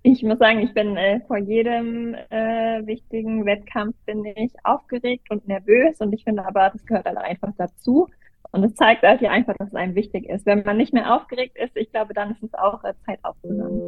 Ich muss sagen, ich bin vor jedem wichtigen Wettkampf bin ich aufgeregt und nervös und ich finde aber, das gehört halt einfach dazu. Und es zeigt halt ja einfach, dass es einem wichtig ist. Wenn man nicht mehr aufgeregt ist, ich glaube, dann ist es auch Zeit aufzuhören.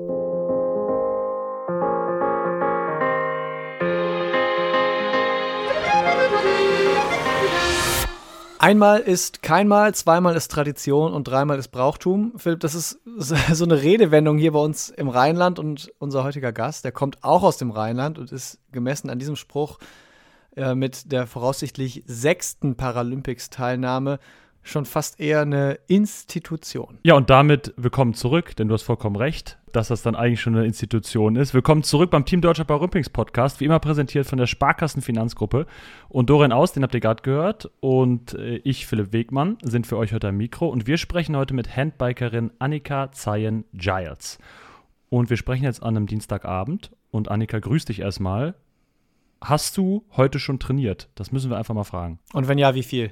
Einmal ist keinmal, zweimal ist Tradition und dreimal ist Brauchtum. Philipp, das ist so eine Redewendung hier bei uns im Rheinland und unser heutiger Gast, der kommt auch aus dem Rheinland und ist gemessen an diesem Spruch mit der voraussichtlich 6. Paralympics-Teilnahme schon fast eher eine Institution. Ja, und damit willkommen zurück, denn du hast vollkommen recht, dass das dann eigentlich schon eine Institution ist. Willkommen zurück beim Team Deutscher Paralympics Podcast, wie immer präsentiert von der Sparkassen Finanzgruppe. Und Dorian Aus, den habt ihr gerade gehört, und ich, Philipp Wegmann, sind für euch heute am Mikro. Und wir sprechen heute mit Handbikerin Annika Zayen-Giles. Und wir sprechen jetzt an einem Dienstagabend. Und Annika, grüß dich erstmal. Hast du heute schon trainiert? Das müssen wir einfach mal fragen. Und wenn ja, wie viel?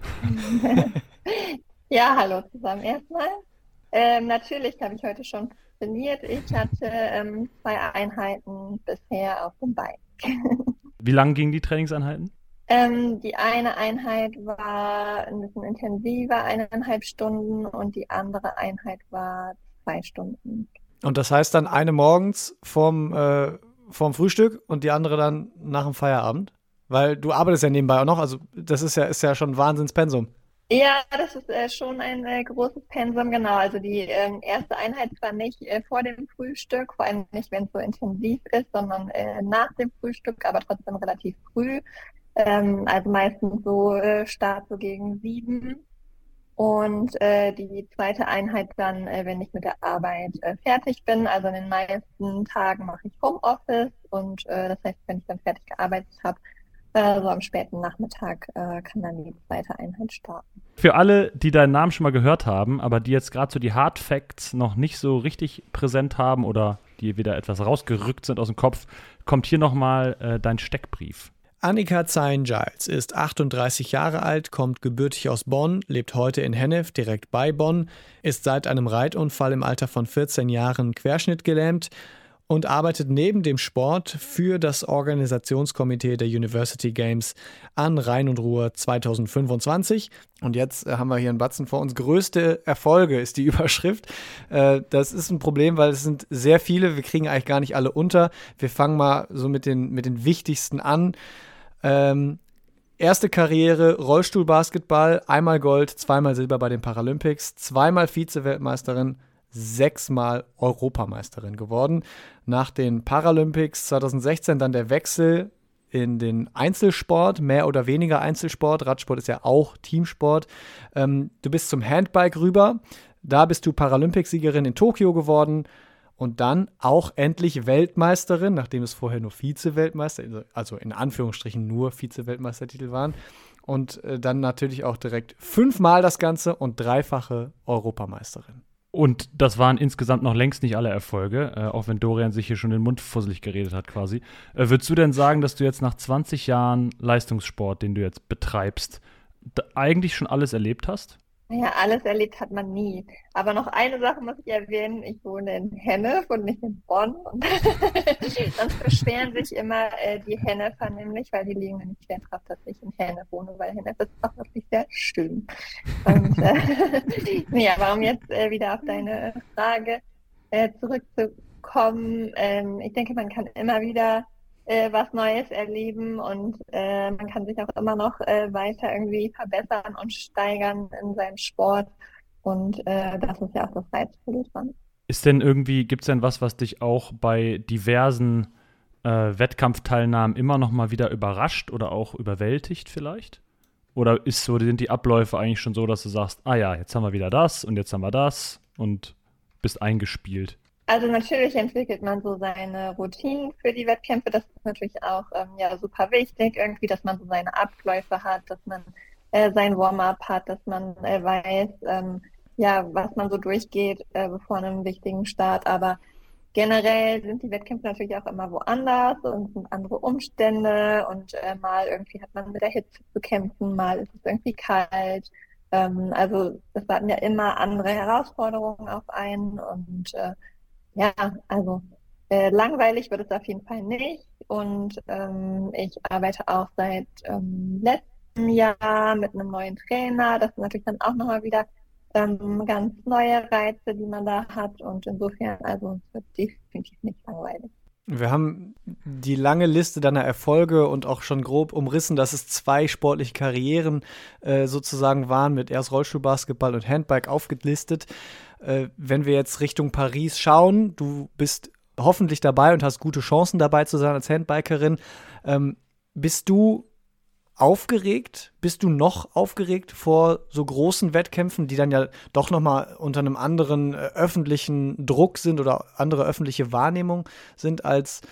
Ja, hallo zusammen erstmal. Natürlich habe ich heute schon trainiert. Ich hatte 2 Einheiten bisher auf dem Bike. Wie lang gingen die Trainingseinheiten? Die eine Einheit war ein bisschen intensiver, 1,5 Stunden, und die andere Einheit war 2 Stunden. Und das heißt dann eine morgens vorm Frühstück und die andere dann nach dem Feierabend? Weil du arbeitest ja nebenbei auch noch, also das ist ja schon ein Wahnsinnspensum. Ja, das ist schon ein großes Pensum, genau. Also die erste Einheit zwar nicht vor dem Frühstück, vor allem nicht, wenn es so intensiv ist, sondern nach dem Frühstück, aber trotzdem relativ früh. Also meistens so Start so gegen 7. Und die zweite Einheit dann, wenn ich mit der Arbeit fertig bin. Also in den meisten Tagen mache ich Homeoffice und das heißt, wenn ich dann fertig gearbeitet habe, so am späten Nachmittag kann dann die zweite Einheit starten. Für alle, die deinen Namen schon mal gehört haben, aber die jetzt gerade so die Hard Facts noch nicht so richtig präsent haben oder die wieder etwas rausgerückt sind aus dem Kopf, kommt hier nochmal dein Steckbrief. Annika Zayen-Giles ist 38 Jahre alt, kommt gebürtig aus Bonn, lebt heute in Hennef, direkt bei Bonn, ist seit einem Reitunfall im Alter von 14 Jahren querschnittgelähmt und arbeitet neben dem Sport für das Organisationskomitee der University Games an Rhein und Ruhr 2025. Und jetzt haben wir hier einen Batzen vor uns. Größte Erfolge ist die Überschrift. Das ist ein Problem, weil es sind sehr viele. Wir kriegen eigentlich gar nicht alle unter. Wir fangen mal so mit den wichtigsten an. Erste Karriere, Rollstuhlbasketball, einmal Gold, zweimal Silber bei den Paralympics, zweimal Vize-Weltmeisterin, 6-mal Europameisterin geworden. Nach den Paralympics 2016 dann der Wechsel in den Einzelsport, mehr oder weniger Einzelsport. Radsport ist ja auch Teamsport. Du bist zum Handbike rüber. Da bist du Paralympicsiegerin in Tokio geworden. Und dann auch endlich Weltmeisterin, nachdem es vorher nur Vize-Weltmeister, also in Anführungsstrichen nur Vize-Weltmeistertitel waren. Und dann natürlich auch direkt 5-mal das Ganze und 3-fache Europameisterin. Und das waren insgesamt noch längst nicht alle Erfolge, auch wenn Dorian sich hier schon den Mund fusselig geredet hat quasi. Würdest du denn sagen, dass du jetzt nach 20 Jahren Leistungssport, den du jetzt betreibst, eigentlich schon alles erlebt hast? Ja, alles erlebt hat man nie. Aber noch eine Sache muss ich erwähnen. Ich wohne in Hennef und nicht in Bonn. Und sonst beschweren sich immer die Hennefer nämlich, weil die legen nämlich Wert drauf, dass ich in Hennef wohne, weil Hennef ist auch wirklich sehr schön. Und nee, aber um jetzt wieder auf deine Frage zurückzukommen, ich denke, man kann immer wieder was Neues erleben und man kann sich auch immer noch weiter irgendwie verbessern und steigern in seinem Sport. Und das ist ja auch das Reizvolle dran. Gibt es denn was dich auch bei diversen Wettkampfteilnahmen immer noch mal wieder überrascht oder auch überwältigt vielleicht? Oder sind die Abläufe eigentlich schon so, dass du sagst, ah ja, jetzt haben wir wieder das und jetzt haben wir das und bist eingespielt? Also natürlich entwickelt man so seine Routinen für die Wettkämpfe. Das ist natürlich auch ja super wichtig, irgendwie, dass man so seine Abläufe hat, dass man sein Warm-up hat, dass man weiß, ja, was man so durchgeht bevor einem wichtigen Start. Aber generell sind die Wettkämpfe natürlich auch immer woanders und es sind andere Umstände und mal irgendwie hat man mit der Hitze zu kämpfen, mal ist es irgendwie kalt. Also es warten ja immer andere Herausforderungen auf einen und ja, also langweilig wird es auf jeden Fall nicht. Und ich arbeite auch seit letztem Jahr mit einem neuen Trainer. Das sind natürlich dann auch nochmal wieder ganz neue Reize, die man da hat. Und insofern, also es wird definitiv nicht langweilig. Wir haben die lange Liste deiner Erfolge und auch schon grob umrissen, dass es 2 sportliche Karrieren sozusagen waren, mit erst Rollstuhlbasketball und Handbike aufgelistet. Wenn wir jetzt Richtung Paris schauen, du bist hoffentlich dabei und hast gute Chancen dabei zu sein als Handbikerin. Bist du aufgeregt? Bist du noch aufgeregt vor so großen Wettkämpfen, die dann ja doch nochmal unter einem anderen öffentlichen Druck sind oder andere öffentliche Wahrnehmung sind als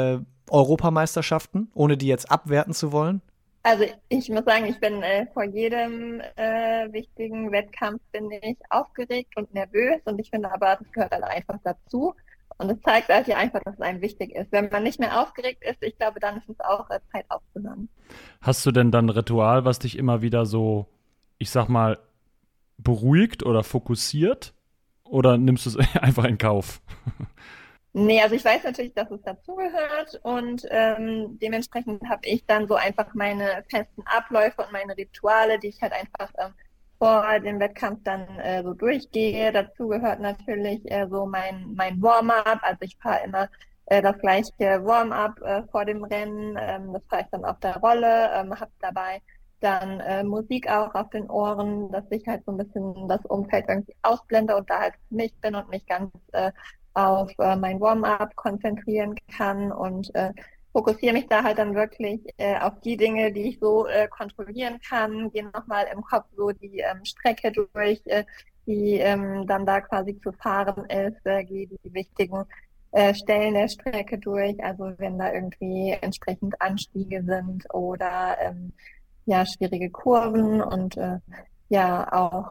Europameisterschaften, ohne die jetzt abwerten zu wollen? Also ich muss sagen, ich bin vor jedem wichtigen Wettkampf bin ich aufgeregt und nervös und ich finde aber, das gehört halt einfach dazu. Und es zeigt halt hier einfach, dass es einem wichtig ist. Wenn man nicht mehr aufgeregt ist, ich glaube, dann ist es auch Zeit aufzuhören. Hast du denn dann ein Ritual, was dich immer wieder so, ich sag mal, beruhigt oder fokussiert? Oder nimmst du es einfach in Kauf? Nee, also ich weiß natürlich, dass es dazugehört und dementsprechend habe ich dann so einfach meine festen Abläufe und meine Rituale, die ich halt einfach vor dem Wettkampf dann so durchgehe. Dazu gehört natürlich so mein Warm-up. Also ich fahre immer das gleiche Warm-up vor dem Rennen. Das fahre ich dann auf der Rolle, habe dabei dann Musik auch auf den Ohren, dass ich halt so ein bisschen das Umfeld irgendwie ausblende und da halt für mich bin und mich ganz auf mein Warm-up konzentrieren kann und fokussiere mich da halt dann wirklich auf die Dinge, die ich so kontrollieren kann, gehe nochmal im Kopf so die Strecke durch, die dann da quasi zu fahren ist, gehe die wichtigen Stellen der Strecke durch, also wenn da irgendwie entsprechend Anstiege sind oder ja, schwierige Kurven und ja, auch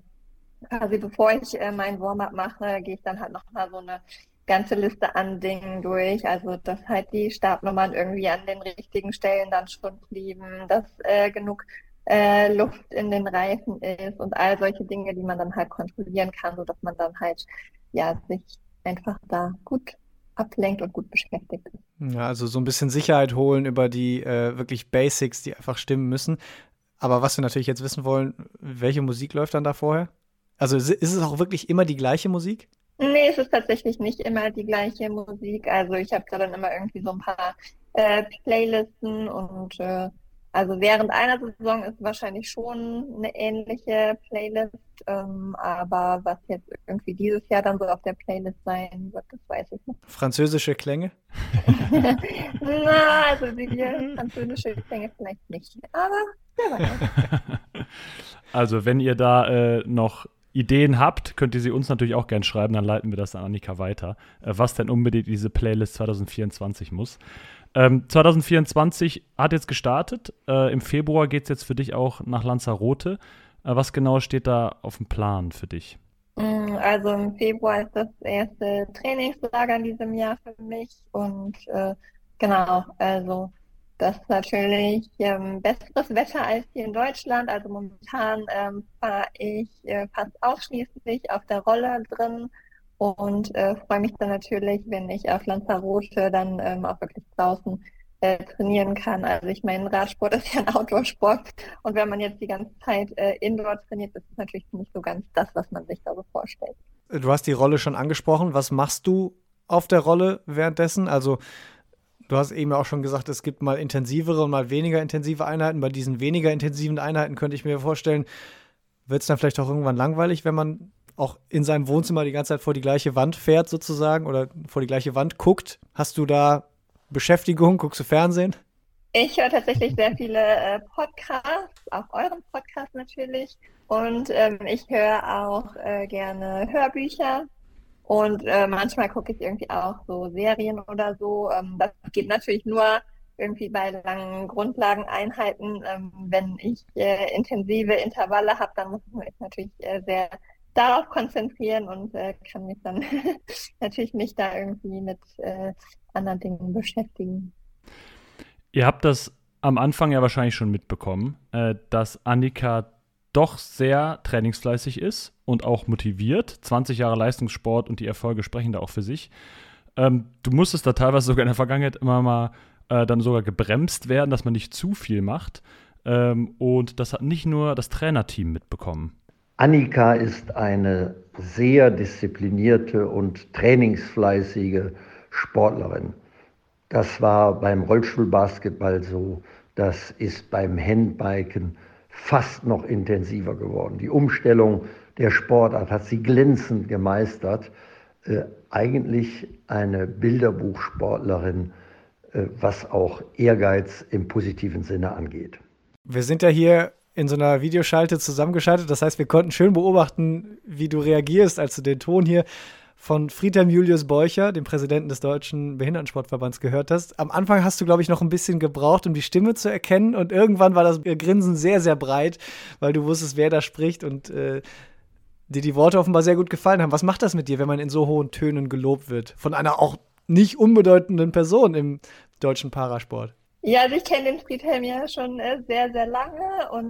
quasi bevor ich mein Warm-up mache, gehe ich dann halt nochmal so eine ganze Liste an Dingen durch, also dass halt die Startnummern irgendwie an den richtigen Stellen dann schon blieben, dass genug Luft in den Reifen ist und all solche Dinge, die man dann halt kontrollieren kann, sodass man dann halt ja sich einfach da gut ablenkt und gut beschäftigt ist. Ja, also so ein bisschen Sicherheit holen über die wirklich Basics, die einfach stimmen müssen. Aber was wir natürlich jetzt wissen wollen, welche Musik läuft dann da vorher? Also ist es auch wirklich immer die gleiche Musik? Nee, es ist tatsächlich nicht immer die gleiche Musik. Also ich habe da dann immer irgendwie so ein paar Playlisten und also während einer Saison ist wahrscheinlich schon eine ähnliche Playlist, aber was jetzt irgendwie dieses Jahr dann so auf der Playlist sein wird, das weiß ich nicht. Französische Klänge? Na, also die französische Klänge vielleicht nicht, aber wer weiß. Also wenn ihr da noch Ideen habt, könnt ihr sie uns natürlich auch gerne schreiben, dann leiten wir das an Annika weiter, was denn unbedingt diese Playlist 2024 muss. 2024 hat jetzt gestartet, im Februar geht es jetzt für dich auch nach Lanzarote. Was genau steht da auf dem Plan für dich? Also im Februar ist das erste Trainingslager in diesem Jahr für mich und genau, also das ist natürlich besseres Wetter als hier in Deutschland. Also momentan fahre ich fast ausschließlich auf der Rolle drin und freue mich dann natürlich, wenn ich auf Lanzarote dann auch wirklich draußen trainieren kann. Also ich meine, Radsport ist ja ein Outdoor-Sport und wenn man jetzt die ganze Zeit Indoor trainiert, ist es natürlich nicht so ganz das, was man sich da so vorstellt. Du hast die Rolle schon angesprochen. Was machst du auf der Rolle währenddessen? Also du hast eben auch schon gesagt, es gibt mal intensivere und mal weniger intensive Einheiten. Bei diesen weniger intensiven Einheiten könnte ich mir vorstellen, wird es dann vielleicht auch irgendwann langweilig, wenn man auch in seinem Wohnzimmer die ganze Zeit vor die gleiche Wand fährt sozusagen oder vor die gleiche Wand guckt. Hast du da Beschäftigung? Guckst du Fernsehen? Ich höre tatsächlich sehr viele Podcasts, auch euren Podcast natürlich. Und ich höre auch gerne Hörbücher. Und manchmal gucke ich irgendwie auch so Serien oder so. Das geht natürlich nur irgendwie bei langen Grundlageneinheiten. Wenn ich intensive Intervalle habe, dann muss ich mich natürlich sehr darauf konzentrieren und kann mich dann natürlich nicht da irgendwie mit anderen Dingen beschäftigen. Ihr habt das am Anfang ja wahrscheinlich schon mitbekommen, dass Annika doch sehr trainingsfleißig ist und auch motiviert. 20 Jahre Leistungssport und die Erfolge sprechen da auch für sich. Du musstest da teilweise sogar in der Vergangenheit immer mal dann sogar gebremst werden, dass man nicht zu viel macht. Und das hat nicht nur das Trainerteam mitbekommen. Annika ist eine sehr disziplinierte und trainingsfleißige Sportlerin. Das war beim Rollstuhlbasketball so, das ist beim Handbiken fast noch intensiver geworden. Die Umstellung der Sportart hat sie glänzend gemeistert. Eigentlich eine Bilderbuchsportlerin, was auch Ehrgeiz im positiven Sinne angeht. Wir sind ja hier in so einer Videoschalte zusammengeschaltet. Das heißt, wir konnten schön beobachten, wie du reagierst, als du den Ton hier von Friedhelm Julius Beucher, dem Präsidenten des Deutschen Behindertensportverbands, gehört hast. Am Anfang hast du, glaube ich, noch ein bisschen gebraucht, um die Stimme zu erkennen. Und irgendwann war das Grinsen sehr, sehr breit, weil du wusstest, wer da spricht und dir die Worte offenbar sehr gut gefallen haben. Was macht das mit dir, wenn man in so hohen Tönen gelobt wird? Von einer auch nicht unbedeutenden Person im deutschen Parasport. Ja, also ich kenne den Friedhelm ja schon sehr, sehr lange und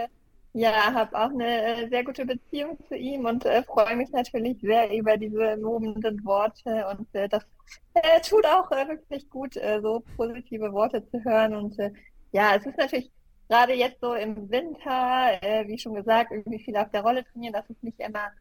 ja, habe auch eine sehr gute Beziehung zu ihm und freue mich natürlich sehr über diese lobenden Worte und das tut auch wirklich gut, so positive Worte zu hören und ja, es ist natürlich gerade jetzt so im Winter, wie schon gesagt, irgendwie viel auf der Rolle trainieren, das ist nicht immer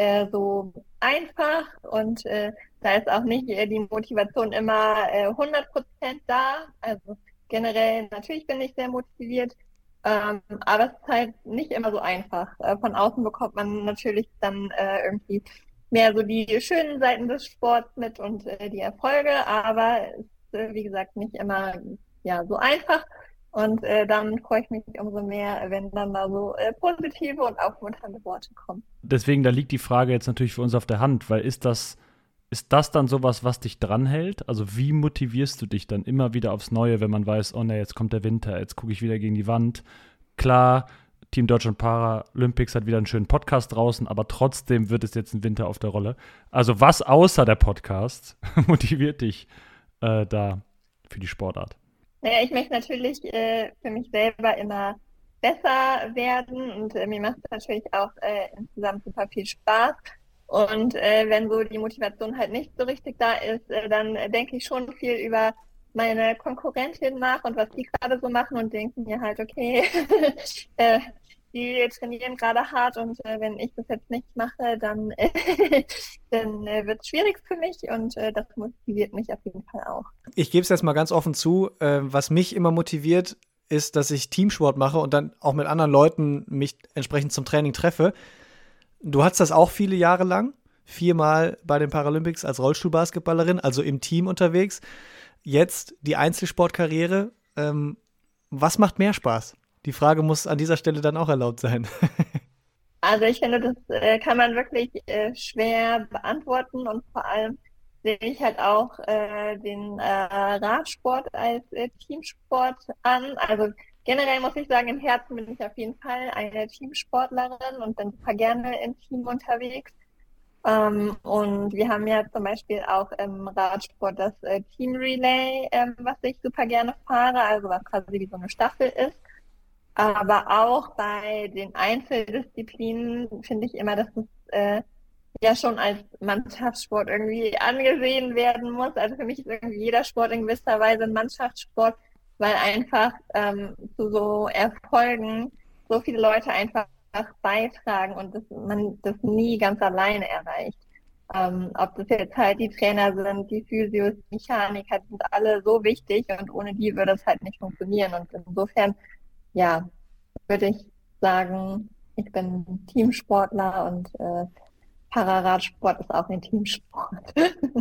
so einfach und da ist auch nicht die Motivation immer 100% da, also generell natürlich bin ich sehr motiviert, aber es ist halt nicht immer so einfach. Von außen bekommt man natürlich dann irgendwie mehr so die schönen Seiten des Sports mit und die Erfolge, aber es ist, wie gesagt, nicht immer ja, so einfach. Und dann freue ich mich umso mehr, wenn dann da so positive und aufmunternde Worte kommen. Deswegen, da liegt die Frage jetzt natürlich für uns auf der Hand, weil ist das dann sowas, was dich dranhält? Also wie motivierst du dich dann immer wieder aufs Neue, wenn man weiß, oh ne, jetzt kommt der Winter, jetzt gucke ich wieder gegen die Wand. Klar, Team Deutschland Paralympics hat wieder einen schönen Podcast draußen, aber trotzdem wird es jetzt ein Winter auf der Rolle. Also was außer der Podcast motiviert dich da für die Sportart? Naja, ich möchte natürlich für mich selber immer besser werden und mir macht es natürlich auch insgesamt super viel Spaß. Und wenn so die Motivation halt nicht so richtig da ist, dann denke ich schon viel über meine Konkurrentin nach und was die gerade so machen und denke mir halt, okay, die trainieren gerade hart und wenn ich das jetzt nicht mache, dann wird es schwierig für mich und das motiviert mich auf jeden Fall auch. Ich gebe es jetzt mal ganz offen zu, was mich immer motiviert, ist, dass ich Teamsport mache und dann auch mit anderen Leuten mich entsprechend zum Training treffe. Du hattest das auch viele Jahre lang, 4-mal bei den Paralympics als Rollstuhlbasketballerin, also im Team unterwegs. Jetzt die Einzelsportkarriere. Was macht mehr Spaß? Die Frage muss an dieser Stelle dann auch erlaubt sein. Also ich finde, das kann man wirklich schwer beantworten und vor allem sehe ich halt auch den Radsport als Teamsport an. Also generell muss ich sagen, im Herzen bin ich auf jeden Fall eine Teamsportlerin und bin super gerne im Team unterwegs. Und wir haben ja zum Beispiel auch im Radsport das Team Relay, was ich super gerne fahre, also was quasi wie so eine Staffel ist. Aber auch bei den Einzeldisziplinen finde ich immer, dass es ja schon als Mannschaftssport irgendwie angesehen werden muss. Also für mich ist irgendwie jeder Sport in gewisser Weise ein Mannschaftssport, weil einfach zu so Erfolgen so viele Leute einfach beitragen und man das nie ganz alleine erreicht. Ob das jetzt halt die Trainer sind, die Physios, die Mechaniker, die sind alle so wichtig und ohne die würde es halt nicht funktionieren. Und insofern, ja, würde ich sagen, ich bin Teamsportler und Pararadsport ist auch ein Teamsport.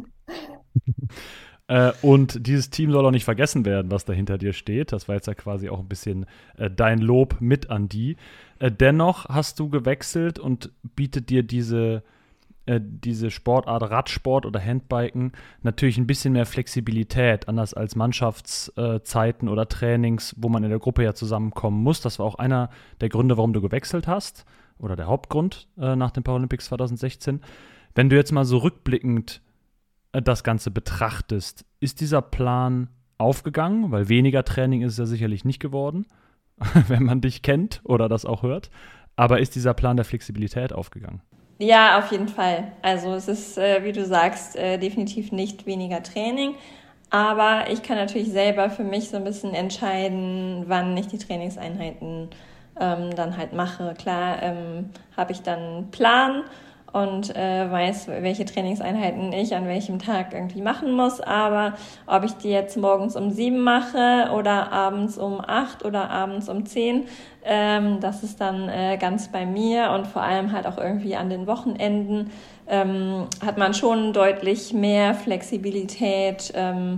Und dieses Team soll auch nicht vergessen werden, was da hinter dir steht. Das war jetzt ja quasi auch ein bisschen dein Lob mit an die. Dennoch hast du gewechselt und bietet dir diese Sportart Radsport oder Handbiken natürlich ein bisschen mehr Flexibilität, anders als Mannschaftszeiten oder Trainings, wo man in der Gruppe ja zusammenkommen muss. Das war auch einer der Gründe, warum du gewechselt hast oder der Hauptgrund nach den Paralympics 2016. Wenn du jetzt mal so rückblickend das Ganze betrachtest, ist dieser Plan aufgegangen? Weil weniger Training ist es ja sicherlich nicht geworden, wenn man dich kennt oder das auch hört. Aber ist dieser Plan der Flexibilität aufgegangen? Ja, auf jeden Fall. Also es ist, wie du sagst, definitiv nicht weniger Training. Aber ich kann natürlich selber für mich so ein bisschen entscheiden, wann ich die Trainingseinheiten dann halt mache. Klar, habe ich dann einen Plan und weiß, welche Trainingseinheiten ich an welchem Tag irgendwie machen muss. Aber ob ich die jetzt morgens um 7 mache oder abends um 8 oder abends um 10, das ist dann ganz bei mir, und vor allem halt auch irgendwie an den Wochenenden hat man schon deutlich mehr Flexibilität,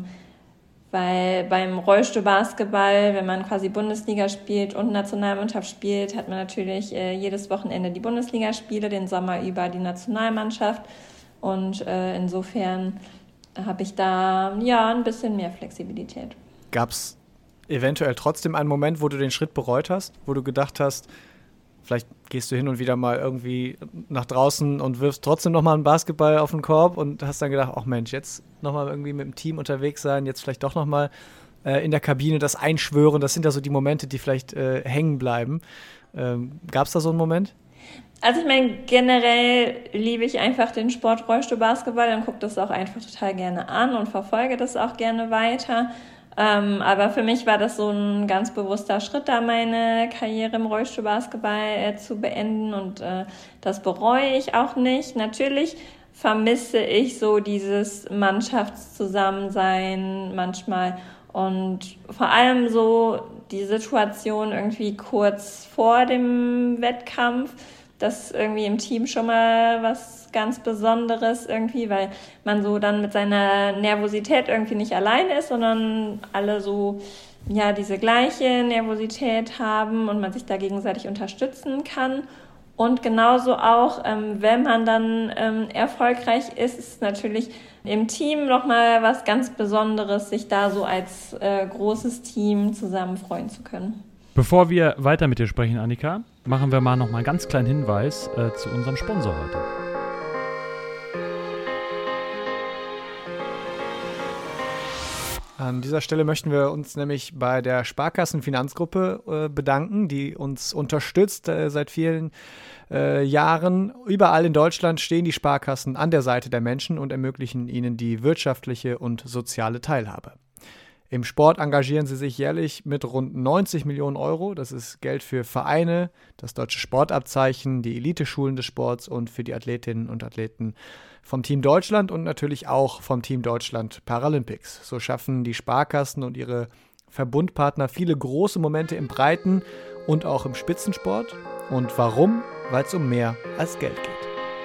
weil beim Rollstuhlbasketball, wenn man quasi Bundesliga spielt und Nationalmannschaft spielt, hat man natürlich jedes Wochenende die Bundesligaspiele, den Sommer über die Nationalmannschaft, und insofern habe ich da ja ein bisschen mehr Flexibilität. Gab es eventuell trotzdem einen Moment, wo du den Schritt bereut hast, wo du gedacht hast, vielleicht gehst du hin und wieder mal irgendwie nach draußen und wirfst trotzdem nochmal einen Basketball auf den Korb und hast dann gedacht, ach Mensch, jetzt nochmal irgendwie mit dem Team unterwegs sein, jetzt vielleicht doch nochmal in der Kabine das einschwören, das sind ja so die Momente, die vielleicht hängen bleiben. Gab es da so einen Moment? Also ich meine, generell liebe ich einfach den Sport Rollstuhlbasketball und gucke das auch einfach total gerne an und verfolge das auch gerne weiter. Aber für mich war das so ein ganz bewusster Schritt, da meine Karriere im Rollstuhlbasketball zu beenden, und das bereue ich auch nicht. Natürlich vermisse ich so dieses Mannschaftszusammensein manchmal und vor allem so die Situation irgendwie kurz vor dem Wettkampf. Das ist irgendwie im Team schon mal was ganz Besonderes irgendwie, weil man so dann mit seiner Nervosität irgendwie nicht allein ist, sondern alle so ja diese gleiche Nervosität haben und man sich da gegenseitig unterstützen kann. Und genauso auch, wenn man dann erfolgreich ist, ist es natürlich im Team nochmal was ganz Besonderes, sich da so als großes Team zusammen freuen zu können. Bevor wir weiter mit dir sprechen, Annika, machen wir mal noch mal einen ganz kleinen Hinweis zu unserem Sponsor heute. An dieser Stelle möchten wir uns nämlich bei der Sparkassen-Finanzgruppe bedanken, die uns unterstützt seit vielen Jahren. Überall in Deutschland stehen die Sparkassen an der Seite der Menschen und ermöglichen ihnen die wirtschaftliche und soziale Teilhabe. Im Sport engagieren sie sich jährlich mit rund 90 Millionen Euro. Das ist Geld für Vereine, das deutsche Sportabzeichen, die Eliteschulen des Sports und für die Athletinnen und Athleten vom Team Deutschland und natürlich auch vom Team Deutschland Paralympics. So schaffen die Sparkassen und ihre Verbundpartner viele große Momente im Breiten- und auch im Spitzensport. Und warum? Weil es um mehr als Geld geht.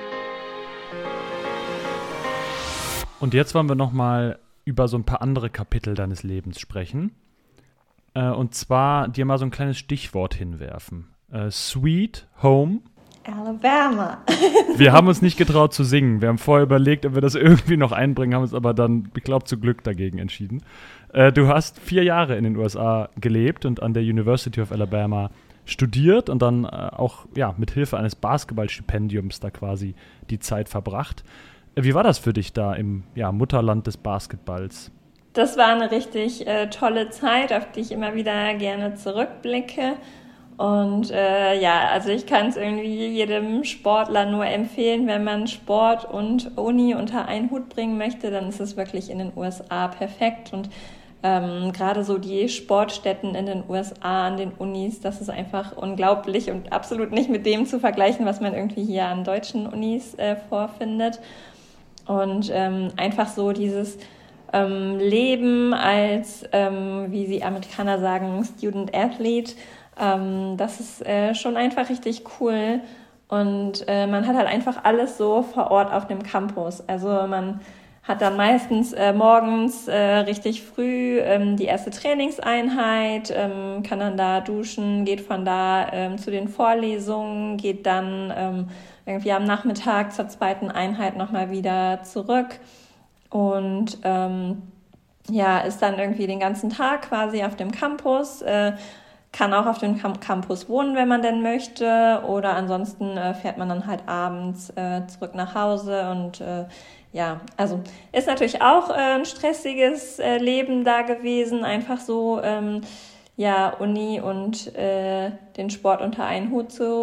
Und jetzt wollen wir noch mal über so ein paar andere Kapitel deines Lebens sprechen. Und zwar dir mal so ein kleines Stichwort hinwerfen. Sweet Home Alabama. Wir haben uns nicht getraut zu singen. Wir haben vorher überlegt, ob wir das irgendwie noch einbringen, haben uns aber dann, ich glaube, zu Glück dagegen entschieden. Du hast 4 Jahre in den USA gelebt und an der University of Alabama studiert und dann auch mit Hilfe eines Basketballstipendiums da quasi die Zeit verbracht. Wie war das für dich da im Mutterland des Basketballs? Das war eine richtig tolle Zeit, auf die ich immer wieder gerne zurückblicke. Und also ich kann es irgendwie jedem Sportler nur empfehlen, wenn man Sport und Uni unter einen Hut bringen möchte, dann ist es wirklich in den USA perfekt. Und gerade so die Sportstätten in den USA an den Unis, das ist einfach unglaublich und absolut nicht mit dem zu vergleichen, was man irgendwie hier an deutschen Unis vorfindet. Und einfach so dieses Leben als, wie die Amerikaner sagen, Student Athlete, das ist schon einfach richtig cool. Und man hat halt einfach alles so vor Ort auf dem Campus. Also man hat dann meistens morgens richtig früh die erste Trainingseinheit, kann dann da duschen, geht von da zu den Vorlesungen, geht dann irgendwie am Nachmittag zur zweiten Einheit nochmal wieder zurück und ist dann irgendwie den ganzen Tag quasi auf dem Campus, kann auch auf dem Campus wohnen, wenn man denn möchte, oder ansonsten fährt man dann halt abends zurück nach Hause und also ist natürlich auch ein stressiges Leben da gewesen, einfach so Uni und den Sport unter einen Hut zu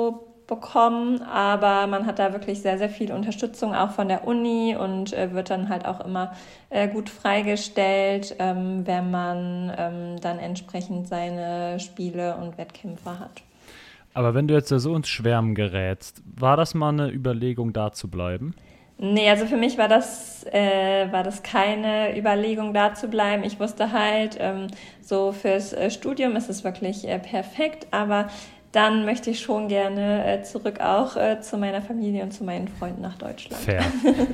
bekommen, aber man hat da wirklich sehr, sehr viel Unterstützung auch von der Uni und wird dann halt auch immer gut freigestellt, wenn man dann entsprechend seine Spiele und Wettkämpfe hat. Aber wenn du jetzt so ins Schwärmen gerätst, war das mal eine Überlegung, da zu bleiben? Nee, also für mich war das keine Überlegung, da zu bleiben. Ich wusste halt, so fürs Studium ist es wirklich perfekt, aber dann möchte ich schon gerne zurück auch zu meiner Familie und zu meinen Freunden nach Deutschland. Fair.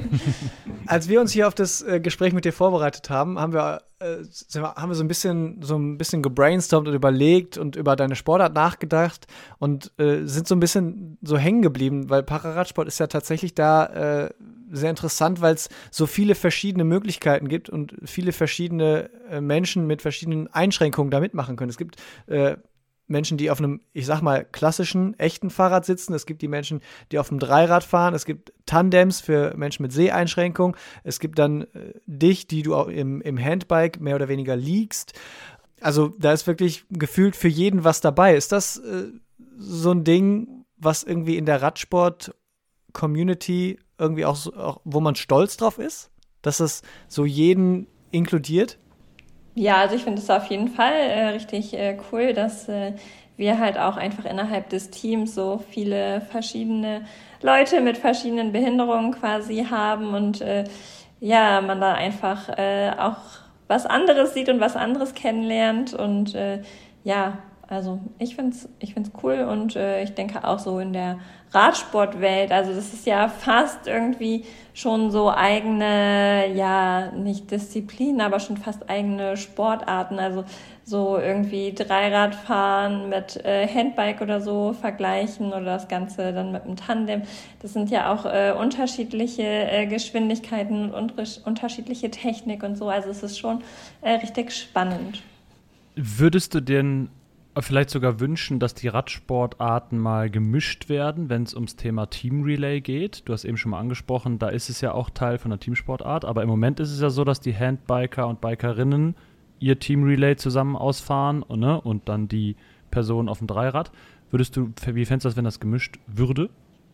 Als wir uns hier auf das Gespräch mit dir vorbereitet haben, haben wir so ein bisschen gebrainstormt und überlegt und über deine Sportart nachgedacht und sind so ein bisschen so hängen geblieben, weil Pararadsport ist ja tatsächlich da sehr interessant, weil es so viele verschiedene Möglichkeiten gibt und viele verschiedene Menschen mit verschiedenen Einschränkungen da mitmachen können. Es gibt Menschen, die auf einem, ich sag mal, klassischen, echten Fahrrad sitzen. Es gibt die Menschen, die auf einem Dreirad fahren. Es gibt Tandems für Menschen mit Seheinschränkung. Es gibt dann dich, die du auch im Handbike mehr oder weniger liegst. Also da ist wirklich gefühlt für jeden was dabei. Ist das so ein Ding, was irgendwie in der Radsport-Community irgendwie auch, wo man stolz drauf ist? Dass es so jeden inkludiert? Ja, also ich finde es auf jeden Fall richtig cool, dass wir halt auch einfach innerhalb des Teams so viele verschiedene Leute mit verschiedenen Behinderungen quasi haben und man da einfach auch was anderes sieht und was anderes kennenlernt und also ich find's cool und ich denke auch so in der Radsportwelt, also das ist ja fast irgendwie schon so eigene, ja, nicht Disziplin, aber schon fast eigene Sportarten, also so irgendwie Dreiradfahren mit Handbike oder so vergleichen oder das Ganze dann mit einem Tandem. Das sind ja auch unterschiedliche Geschwindigkeiten und unterschiedliche Technik und so, also es ist schon richtig spannend. Würdest du denn vielleicht sogar wünschen, dass die Radsportarten mal gemischt werden, wenn es ums Thema Team Relay geht? Du hast eben schon mal angesprochen, da ist es ja auch Teil von der Teamsportart, aber im Moment ist es ja so, dass die Handbiker und Bikerinnen ihr Team Relay zusammen ausfahren und dann die Person auf dem Dreirad. Wie fändest du das, wenn das gemischt würde?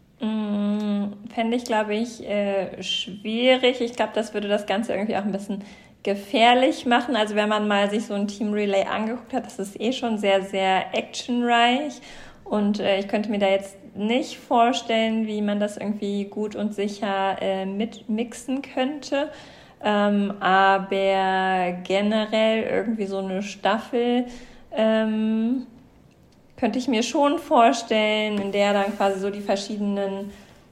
Fände ich, glaube ich, schwierig. Ich glaube, das würde das Ganze irgendwie auch ein bisschen gefährlich machen. Also wenn man mal sich so ein Team Relay angeguckt hat, das ist schon sehr, sehr actionreich und ich könnte mir da jetzt nicht vorstellen, wie man das irgendwie gut und sicher mitmixen könnte. Aber generell irgendwie so eine Staffel könnte ich mir schon vorstellen, in der dann quasi so die verschiedenen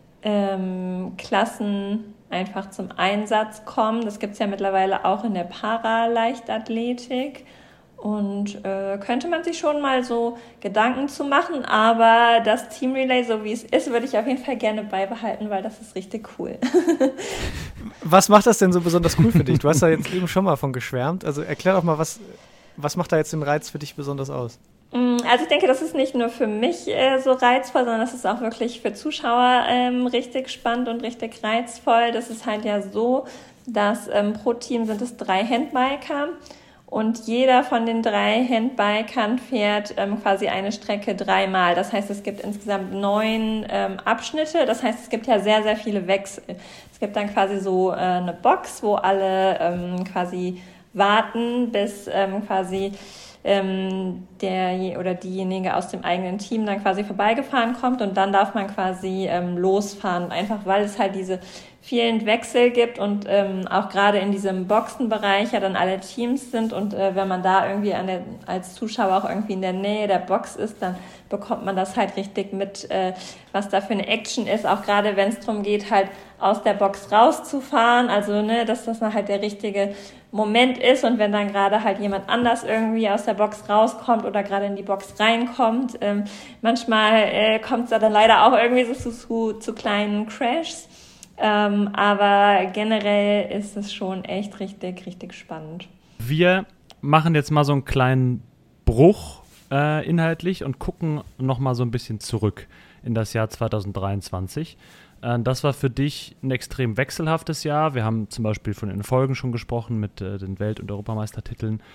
Klassen einfach zum Einsatz kommen. Das gibt es ja mittlerweile auch in der Paraleichtathletik und könnte man sich schon mal so Gedanken zu machen, aber das Team Relay, so wie es ist, würde ich auf jeden Fall gerne beibehalten, weil das ist richtig cool. Was macht das denn so besonders cool für dich? Du hast da jetzt eben schon mal von geschwärmt, also erklär doch mal, was macht da jetzt den Reiz für dich besonders aus? Also ich denke, das ist nicht nur für mich so reizvoll, sondern das ist auch wirklich für Zuschauer richtig spannend und richtig reizvoll. Das ist halt ja so, dass pro Team sind es 3 Handbiker und jeder von den 3 Handbikern fährt quasi eine Strecke 3-mal. Das heißt, es gibt insgesamt 9 Abschnitte. Das heißt, es gibt ja sehr, sehr viele Wechsel. Es gibt dann quasi so eine Box, wo alle quasi warten, bis quasi der oder diejenige aus dem eigenen Team dann quasi vorbeigefahren kommt und dann darf man quasi losfahren, einfach weil es halt diese vielen Wechsel gibt und auch gerade in diesem Boxenbereich ja dann alle Teams sind und wenn man da irgendwie als Zuschauer auch irgendwie in der Nähe der Box ist, dann bekommt man das halt richtig mit, was da für eine Action ist, auch gerade wenn es darum geht, halt aus der Box rauszufahren, also dass das dann halt der richtige Moment ist und wenn dann gerade halt jemand anders irgendwie aus der Box rauskommt oder gerade in die Box reinkommt, manchmal kommt es da dann leider auch irgendwie so zu kleinen Crashs, aber generell ist es schon echt richtig, richtig spannend. Wir machen jetzt mal so einen kleinen Bruch inhaltlich und gucken nochmal so ein bisschen zurück in das Jahr 2023. Das war für dich ein extrem wechselhaftes Jahr. Wir haben zum Beispiel von den Folgen schon gesprochen mit den Welt- und Europameistertiteln.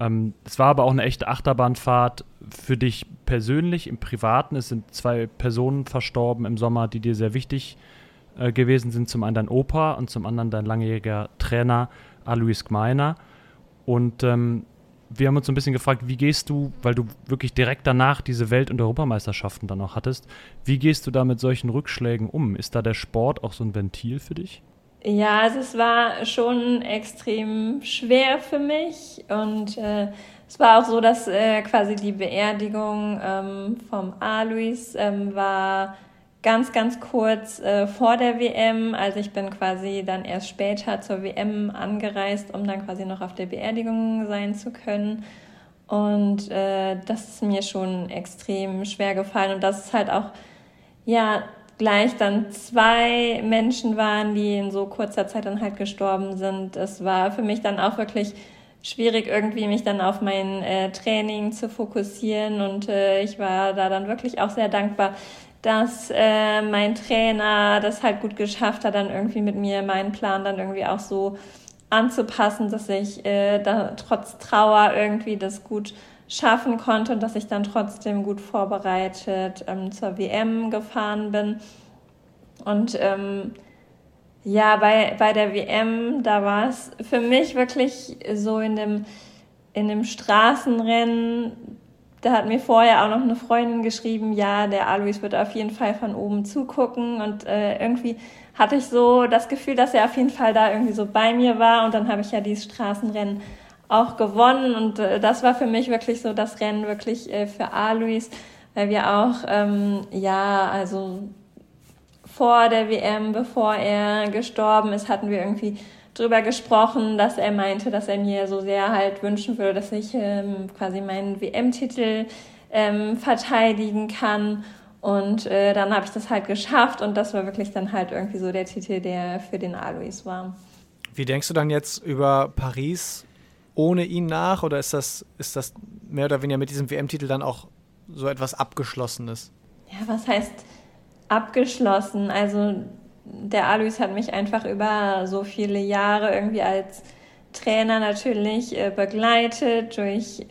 Es war aber auch eine echte Achterbahnfahrt für dich persönlich, im Privaten. Es sind 2 Personen verstorben im Sommer, die dir sehr wichtig gewesen sind. Zum einen dein Opa und zum anderen dein langjähriger Trainer Alois Gmeiner. Und wir haben uns so ein bisschen gefragt, wie gehst du, weil du wirklich direkt danach diese Welt- und Europameisterschaften dann auch hattest, wie gehst du da mit solchen Rückschlägen um? Ist da der Sport auch so ein Ventil für dich? Ja, also es war schon extrem schwer für mich und es war auch so, dass quasi die Beerdigung vom Alois war ganz, ganz kurz vor der WM. Also ich bin quasi dann erst später zur WM angereist, um dann quasi noch auf der Beerdigung sein zu können. Und das ist mir schon extrem schwer gefallen. Und das ist halt auch, ja, gleich dann 2 Menschen waren, die in so kurzer Zeit dann halt gestorben sind. Es war für mich dann auch wirklich schwierig, irgendwie mich dann auf mein Training zu fokussieren. Und ich war da dann wirklich auch sehr dankbar, dass mein Trainer das halt gut geschafft hat, dann irgendwie mit mir meinen Plan dann irgendwie auch so anzupassen, dass ich da trotz Trauer irgendwie das gut schaffen konnte und dass ich dann trotzdem gut vorbereitet zur WM gefahren bin. Und ja, bei der WM, da war es für mich wirklich so in dem Straßenrennen. Da hat mir vorher auch noch eine Freundin geschrieben, ja, der Alois wird auf jeden Fall von oben zugucken. Und irgendwie hatte ich so das Gefühl, dass er auf jeden Fall da irgendwie so bei mir war. Und dann habe ich ja dieses Straßenrennen auch gewonnen. Und das war für mich wirklich so das Rennen wirklich für Alois, weil wir auch, also vor der WM, bevor er gestorben ist, hatten wir irgendwie drüber gesprochen, dass er meinte, dass er mir so sehr halt wünschen würde, dass ich quasi meinen WM-Titel verteidigen kann. Und dann habe ich das halt geschafft und das war wirklich dann halt irgendwie so der Titel, der für den Alois war. Wie denkst du dann jetzt über Paris ohne ihn nach oder ist das mehr oder weniger mit diesem WM-Titel dann auch so etwas Abgeschlossenes? Ja, was heißt abgeschlossen? Also der Alois hat mich einfach über so viele Jahre irgendwie als Trainer natürlich begleitet durch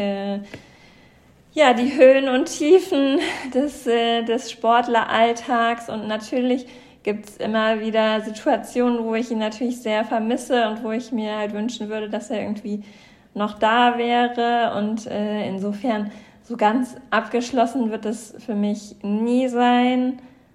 die Höhen und Tiefen des Sportleralltags und natürlich gibt es immer wieder Situationen, wo ich ihn natürlich sehr vermisse und wo ich mir halt wünschen würde, dass er irgendwie noch da wäre und insofern so ganz abgeschlossen wird es für mich nie sein.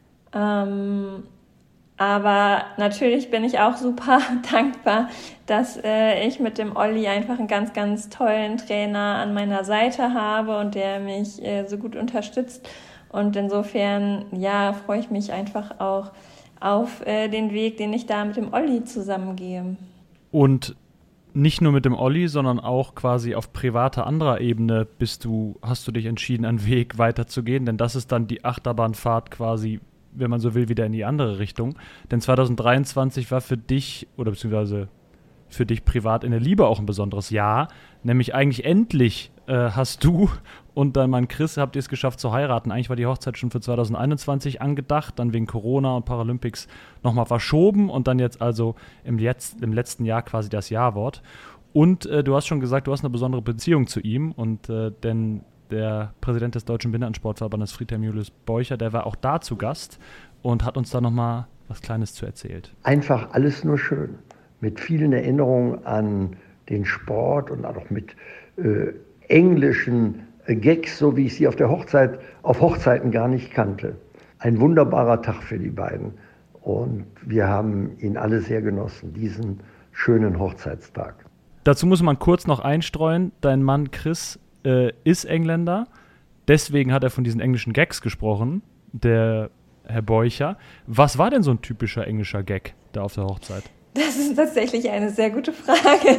Aber natürlich bin ich auch super dankbar, dass ich mit dem Olli einfach einen ganz, ganz tollen Trainer an meiner Seite habe und der mich so gut unterstützt. Und insofern, ja, freue ich mich einfach auch auf den Weg, den ich da mit dem Olli zusammengehe. Und nicht nur mit dem Olli, sondern auch quasi auf privater anderer Ebene hast du dich entschieden, einen Weg weiterzugehen, denn das ist dann die Achterbahnfahrt quasi, wenn man so will, wieder in die andere Richtung. Denn 2023 war für dich, oder beziehungsweise für dich privat in der Liebe auch ein besonderes Jahr. Nämlich eigentlich endlich hast du und dein Mann Chris, habt ihr es geschafft zu heiraten. Eigentlich war die Hochzeit schon für 2021 angedacht, dann wegen Corona und Paralympics nochmal verschoben und dann jetzt also im letzten Jahr quasi das Ja-Wort. Und du hast schon gesagt, du hast eine besondere Beziehung zu ihm und denn der Präsident des Deutschen Behindertensportverbandes, Friedhelm Julius Beucher, der war auch da zu Gast und hat uns da nochmal was Kleines zu erzählt. Einfach alles nur schön. Mit vielen Erinnerungen an den Sport und auch mit englischen Gags, so wie ich sie auf Hochzeiten gar nicht kannte. Ein wunderbarer Tag für die beiden. Und wir haben ihn alle sehr genossen, diesen schönen Hochzeitstag. Dazu muss man kurz noch einstreuen, dein Mann Chris ist Engländer, deswegen hat er von diesen englischen Gags gesprochen, der Herr Beucher. Was war denn so ein typischer englischer Gag da auf der Hochzeit? Das ist tatsächlich eine sehr gute Frage.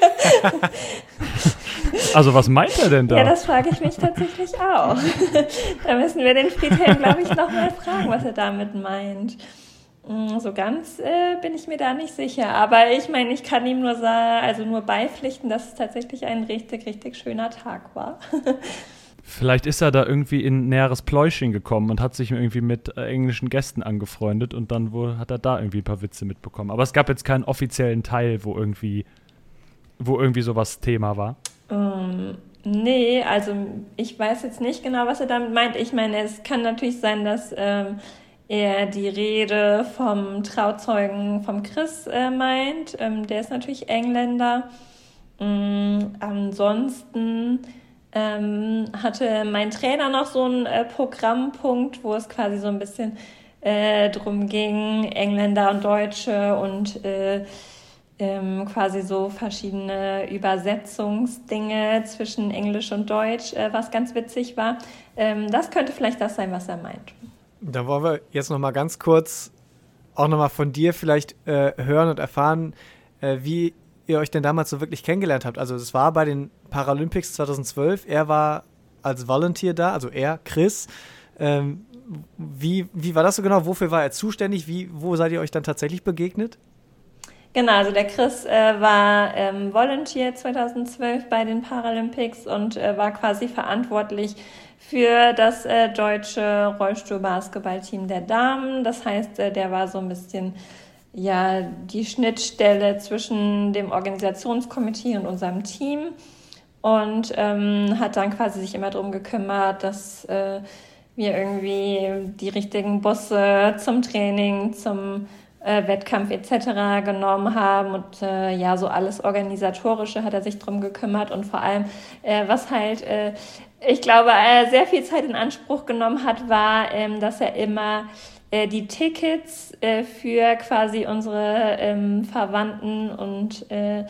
Also was meint er denn da? Ja, das frage ich mich tatsächlich auch. Da müssen wir den Friedhelm, glaube ich, nochmal fragen, was er damit meint. So ganz bin ich mir da nicht sicher. Aber ich meine, ich kann ihm nur beipflichten, dass es tatsächlich ein richtig, richtig schöner Tag war. Vielleicht ist er da irgendwie in näheres Pläuschen gekommen und hat sich irgendwie mit englischen Gästen angefreundet und dann hat er da irgendwie ein paar Witze mitbekommen. Aber es gab jetzt keinen offiziellen Teil, wo irgendwie sowas Thema war. Nee, also ich weiß jetzt nicht genau, was er damit meint. Ich meine, es kann natürlich sein, dass er die Rede vom Trauzeugen vom Chris meint. Der ist natürlich Engländer. Ansonsten hatte mein Trainer noch so einen Programmpunkt, wo es quasi so ein bisschen drum ging, Engländer und Deutsche und quasi so verschiedene Übersetzungsdinge zwischen Englisch und Deutsch, was ganz witzig war. Das könnte vielleicht das sein, was er meint. Da wollen wir jetzt noch mal ganz kurz auch noch mal von dir vielleicht hören und erfahren, wie ihr euch denn damals so wirklich kennengelernt habt. Also es war bei den Paralympics 2012, er war als Volunteer da, also er, Chris. Wie war das so genau? Wofür war er zuständig? Wo seid ihr euch dann tatsächlich begegnet? Genau, also der Chris war Volunteer 2012 bei den Paralympics und war quasi verantwortlich für das deutsche Rollstuhl-Basketball-Team der Damen. Das heißt, der war so ein bisschen die Schnittstelle zwischen dem Organisationskomitee und unserem Team und hat dann quasi sich immer darum gekümmert, dass wir irgendwie die richtigen Busse zum Training, zum Wettkampf etc. genommen haben und so alles Organisatorische hat er sich drum gekümmert und vor allem, was halt, ich glaube, sehr viel Zeit in Anspruch genommen hat, war, dass er immer die Tickets für quasi unsere Verwandten und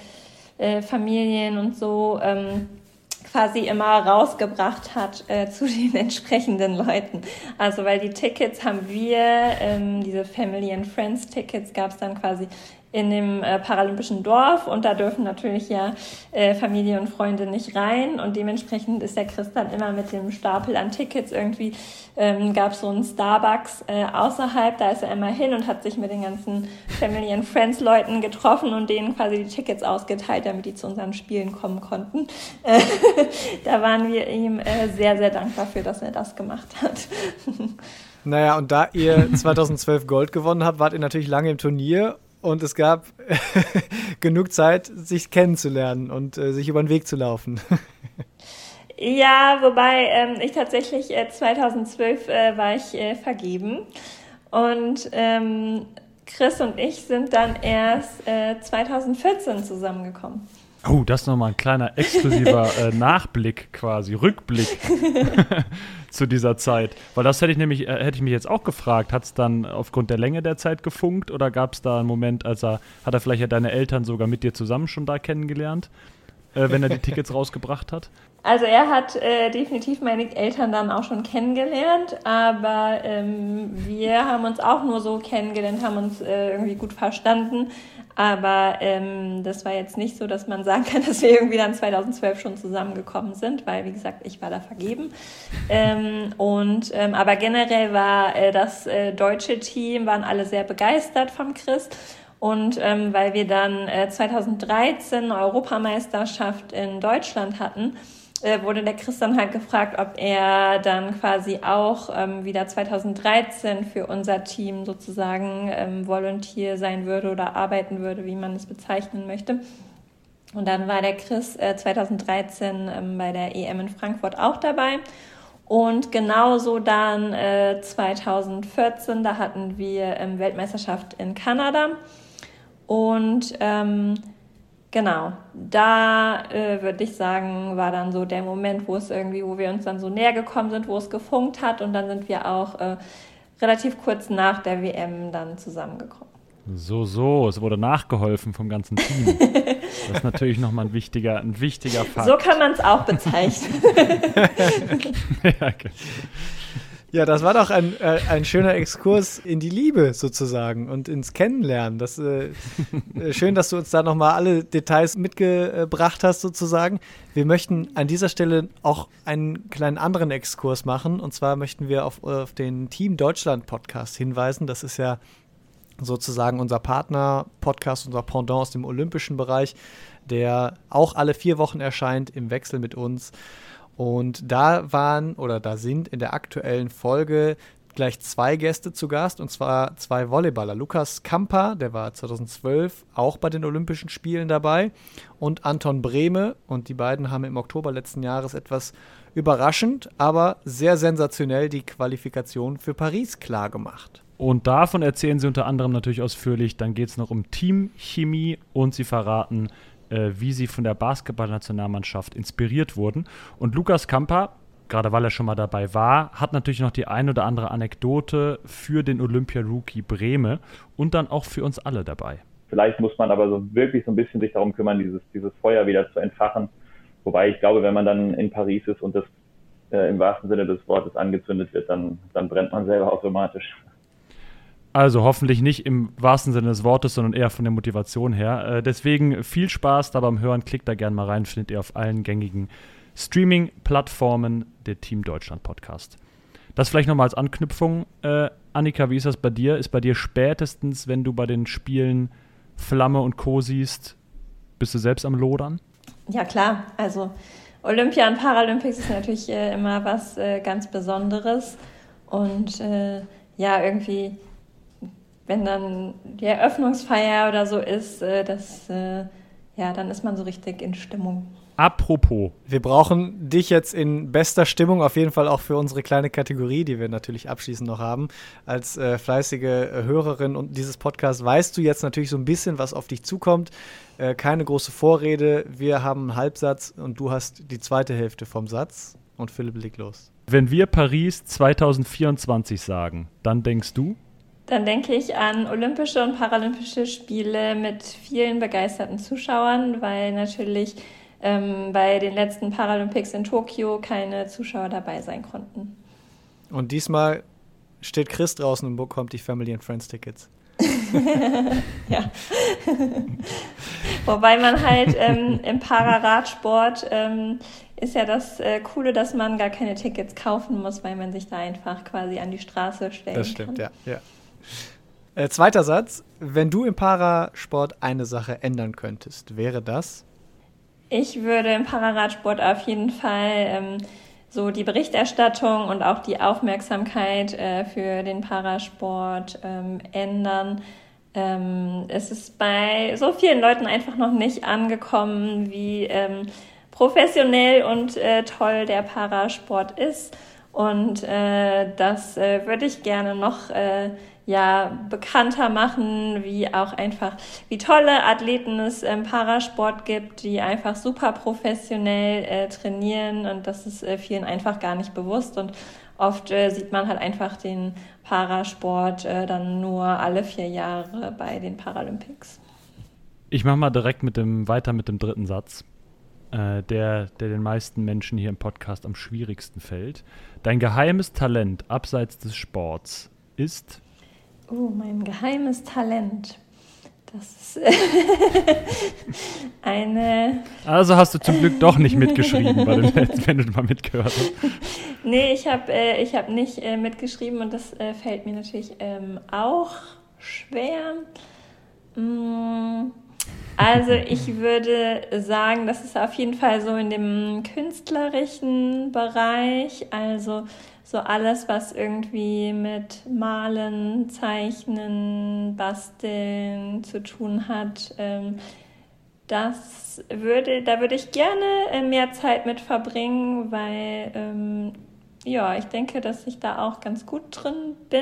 Familien und so quasi immer rausgebracht hat zu den entsprechenden Leuten. Also weil die Tickets haben wir, diese Family and Friends Tickets gab es dann quasi in dem paralympischen Dorf und da dürfen natürlich Familie und Freunde nicht rein und dementsprechend ist der Chris dann immer mit dem Stapel an Tickets irgendwie, gab es so einen Starbucks außerhalb, da ist er immer hin und hat sich mit den ganzen Family and Friends Leuten getroffen und denen quasi die Tickets ausgeteilt, damit die zu unseren Spielen kommen konnten. Da waren wir ihm sehr, sehr dankbar für, dass er das gemacht hat. Naja, und da ihr 2012 Gold gewonnen habt, wart ihr natürlich lange im Turnier. Und es gab genug Zeit, sich kennenzulernen und sich über den Weg zu laufen. Ja, wobei ich tatsächlich 2012 war ich vergeben. Und Chris und ich sind dann erst 2014 zusammengekommen. Oh, das ist nochmal ein kleiner exklusiver Nachblick quasi, Rückblick zu dieser Zeit. Weil das hätte ich mich jetzt auch gefragt. Hat es dann aufgrund der Länge der Zeit gefunkt oder gab es da einen Moment, hat er vielleicht ja deine Eltern sogar mit dir zusammen schon da kennengelernt, wenn er die Tickets rausgebracht hat? Also er hat definitiv meine Eltern dann auch schon kennengelernt, aber wir haben uns auch nur so kennengelernt, haben uns irgendwie gut verstanden. Aber das war jetzt nicht so, dass man sagen kann, dass wir irgendwie dann 2012 schon zusammengekommen sind, weil, wie gesagt, ich war da vergeben. Aber generell war das deutsche Team, waren alle sehr begeistert vom Chris. Und weil wir dann 2013 eine Europameisterschaft in Deutschland hatten, wurde der Chris dann halt gefragt, ob er dann quasi auch wieder 2013 für unser Team sozusagen Volunteer sein würde oder arbeiten würde, wie man es bezeichnen möchte. Und dann war der Chris 2013 bei der EM in Frankfurt auch dabei. Und genauso dann 2014, da hatten wir Weltmeisterschaft in Kanada. Und genau, da würde ich sagen, war dann so der Moment, wo wir uns dann so näher gekommen sind, wo es gefunkt hat und dann sind wir auch relativ kurz nach der WM dann zusammengekommen. So, es wurde nachgeholfen vom ganzen Team. Das ist natürlich nochmal ein wichtiger Fakt. So kann man es auch bezeichnen. Ja, okay. Ja, das war doch ein schöner Exkurs in die Liebe sozusagen und ins Kennenlernen. Schön, dass du uns da nochmal alle Details mitgebracht hast sozusagen. Wir möchten an dieser Stelle auch einen kleinen anderen Exkurs machen. Und zwar möchten wir auf den Team Deutschland Podcast hinweisen. Das ist ja sozusagen unser Partner-Podcast, unser Pendant aus dem olympischen Bereich, der auch alle 4 Wochen erscheint im Wechsel mit uns. Und da sind in der aktuellen Folge gleich 2 Gäste zu Gast, und zwar 2 Volleyballer. Lukas Kampa, der war 2012 auch bei den Olympischen Spielen dabei, und Anton Brehme. Und die beiden haben im Oktober letzten Jahres etwas überraschend, aber sehr sensationell die Qualifikation für Paris klargemacht. Und davon erzählen sie unter anderem natürlich ausführlich. Dann geht es noch um Teamchemie und sie verraten, wie sie von der Basketballnationalmannschaft inspiriert wurden. Und Lukas Kampa, gerade weil er schon mal dabei war, hat natürlich noch die ein oder andere Anekdote für den Olympia-Rookie Brehme und dann auch für uns alle dabei. Vielleicht muss man aber so wirklich so ein bisschen sich darum kümmern, dieses Feuer wieder zu entfachen. Wobei ich glaube, wenn man dann in Paris ist und das im wahrsten Sinne des Wortes angezündet wird, dann brennt man selber automatisch. Also hoffentlich nicht im wahrsten Sinne des Wortes, sondern eher von der Motivation her. Deswegen viel Spaß da beim Hören. Klickt da gerne mal rein, findet ihr auf allen gängigen Streaming-Plattformen der Team Deutschland Podcast. Das vielleicht nochmal als Anknüpfung. Annika, wie ist das bei dir? Ist bei dir spätestens, wenn du bei den Spielen Flamme und Co. siehst, bist du selbst am Lodern? Ja, klar. Also Olympia und Paralympics ist natürlich immer was ganz Besonderes. Und irgendwie, wenn dann die Eröffnungsfeier oder so ist, dann ist man so richtig in Stimmung. Apropos. Wir brauchen dich jetzt in bester Stimmung, auf jeden Fall auch für unsere kleine Kategorie, die wir natürlich abschließend noch haben. Als fleißige Hörerin und dieses Podcasts weißt du jetzt natürlich so ein bisschen, was auf dich zukommt. Keine große Vorrede, wir haben einen Halbsatz und du hast die zweite Hälfte vom Satz. Und Philipp, leg los. Wenn wir Paris 2024 sagen, dann denkst du? Dann denke ich an Olympische und Paralympische Spiele mit vielen begeisterten Zuschauern, weil natürlich bei den letzten Paralympics in Tokio keine Zuschauer dabei sein konnten. Und diesmal steht Chris draußen und bekommt die Family and Friends Tickets. Ja. Wobei man halt im Pararadsport ist ja das Coole, dass man gar keine Tickets kaufen muss, weil man sich da einfach quasi an die Straße stellen kann. Das stimmt, ja. Zweiter Satz. Wenn du im Parasport eine Sache ändern könntest, wäre das? Ich würde im Pararadsport auf jeden Fall so die Berichterstattung und auch die Aufmerksamkeit für den Parasport ändern. Es ist bei so vielen Leuten einfach noch nicht angekommen, wie professionell und toll der Parasport ist. Und das würde ich gerne noch bekannter machen, wie tolle Athleten es im Parasport gibt, die einfach super professionell trainieren, und das ist vielen einfach gar nicht bewusst, und oft sieht man halt einfach den Parasport dann nur alle 4 Jahre bei den Paralympics. Ich mache mal direkt weiter mit dem dritten Satz, der den meisten Menschen hier im Podcast am schwierigsten fällt. Dein geheimes Talent abseits des Sports ist? Mein geheimes Talent. Das ist eine... Also hast du zum Glück doch nicht mitgeschrieben bei dem letzten, wenn du mal mitgehört hast. Nee, ich hab nicht mitgeschrieben, und das fällt mir natürlich auch schwer. Also ich würde sagen, das ist auf jeden Fall so in dem künstlerischen Bereich, also so alles, was irgendwie mit Malen, Zeichnen, Basteln zu tun hat. Da würde ich gerne mehr Zeit mit verbringen, weil ich denke, dass ich da auch ganz gut drin bin.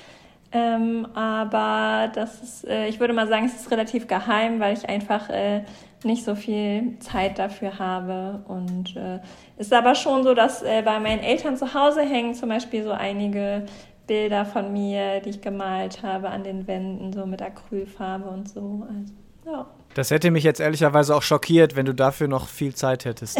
Aber ich würde mal sagen, es ist relativ geheim, weil ich einfach nicht so viel Zeit dafür habe. Und ist aber schon so, dass bei meinen Eltern zu Hause hängen zum Beispiel so einige Bilder von mir, die ich gemalt habe an den Wänden, so mit Acrylfarbe und so. Also, ja. Das hätte mich jetzt ehrlicherweise auch schockiert, wenn du dafür noch viel Zeit hättest.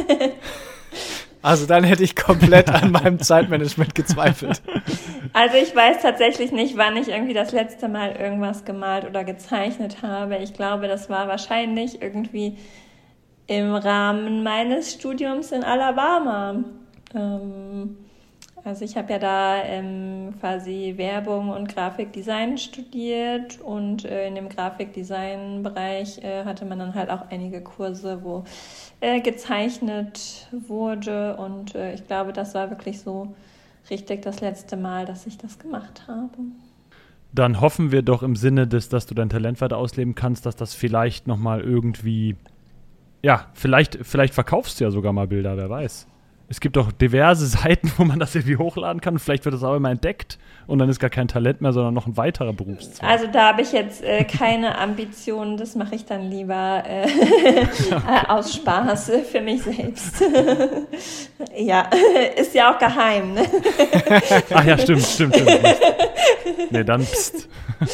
Also dann hätte ich komplett an meinem Zeitmanagement gezweifelt. Also ich weiß tatsächlich nicht, wann ich irgendwie das letzte Mal irgendwas gemalt oder gezeichnet habe. Ich glaube, das war wahrscheinlich irgendwie im Rahmen meines Studiums in Alabama. Also ich habe ja da quasi Werbung und Grafikdesign studiert, und in dem Grafikdesign-Bereich hatte man dann halt auch einige Kurse, wo gezeichnet wurde, und ich glaube, das war wirklich so richtig das letzte Mal, dass ich das gemacht habe. Dann hoffen wir doch im Sinne des, dass du dein Talent weiter ausleben kannst, dass das vielleicht nochmal irgendwie, ja, vielleicht verkaufst du ja sogar mal Bilder, wer weiß. Es gibt doch diverse Seiten, wo man das irgendwie hochladen kann. Vielleicht wird das auch immer entdeckt und dann ist gar kein Talent mehr, sondern noch ein weiterer Berufszweig. Also da habe ich jetzt keine Ambitionen. Das mache ich dann lieber aus Spaß für mich selbst. Ja, ist ja auch geheim, ne? Ach ja, stimmt. Nee, dann pst.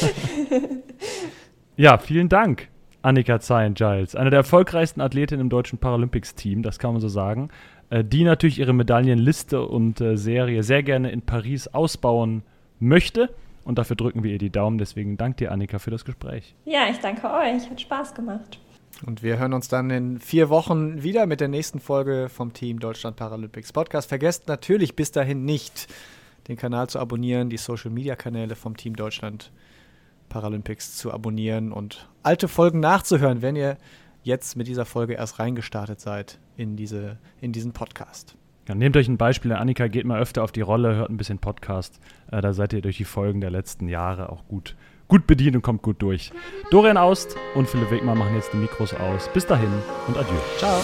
Ja, vielen Dank, Annika Zayen-Giles. Eine der erfolgreichsten Athletinnen im deutschen Paralympics-Team, das kann man so sagen. Die natürlich ihre Medaillenliste und Serie sehr gerne in Paris ausbauen möchte. Und dafür drücken wir ihr die Daumen. Deswegen danke dir, Annika, für das Gespräch. Ja, ich danke euch. Hat Spaß gemacht. Und wir hören uns dann in 4 Wochen wieder mit der nächsten Folge vom Team Deutschland Paralympics Podcast. Vergesst natürlich bis dahin nicht, den Kanal zu abonnieren, die Social-Media-Kanäle vom Team Deutschland Paralympics zu abonnieren und alte Folgen nachzuhören, wenn ihr jetzt mit dieser Folge erst reingestartet seid in diesen Podcast. Ja, nehmt euch ein Beispiel, Annika geht mal öfter auf die Rolle, hört ein bisschen Podcast. Da seid ihr durch die Folgen der letzten Jahre auch gut bedient und kommt gut durch. Dorian Aust und Philipp Wegmann machen jetzt die Mikros aus. Bis dahin und adieu. Ciao.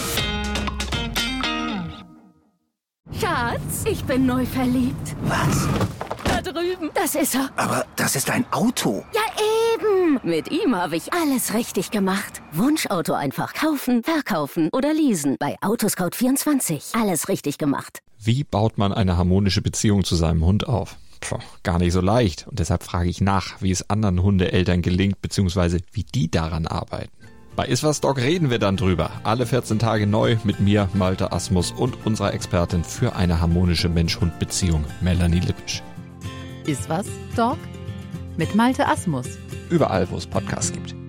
Schatz, ich bin neu verliebt. Was? Da drüben. Das ist er. Aber das ist ein Auto. Ja, eben. Mit ihm habe ich alles richtig gemacht. Wunschauto einfach kaufen, verkaufen oder leasen. Bei Autoscout24. Alles richtig gemacht. Wie baut man eine harmonische Beziehung zu seinem Hund auf? Gar nicht so leicht. Und deshalb frage ich nach, wie es anderen Hundeeltern gelingt, beziehungsweise wie die daran arbeiten. Bei Iswas Dog reden wir dann drüber. Alle 14 Tage neu mit mir, Malte Asmus und unserer Expertin für eine harmonische Mensch-Hund-Beziehung, Melanie Lippisch. Iswas Dog mit Malte Asmus. Überall, wo es Podcasts gibt.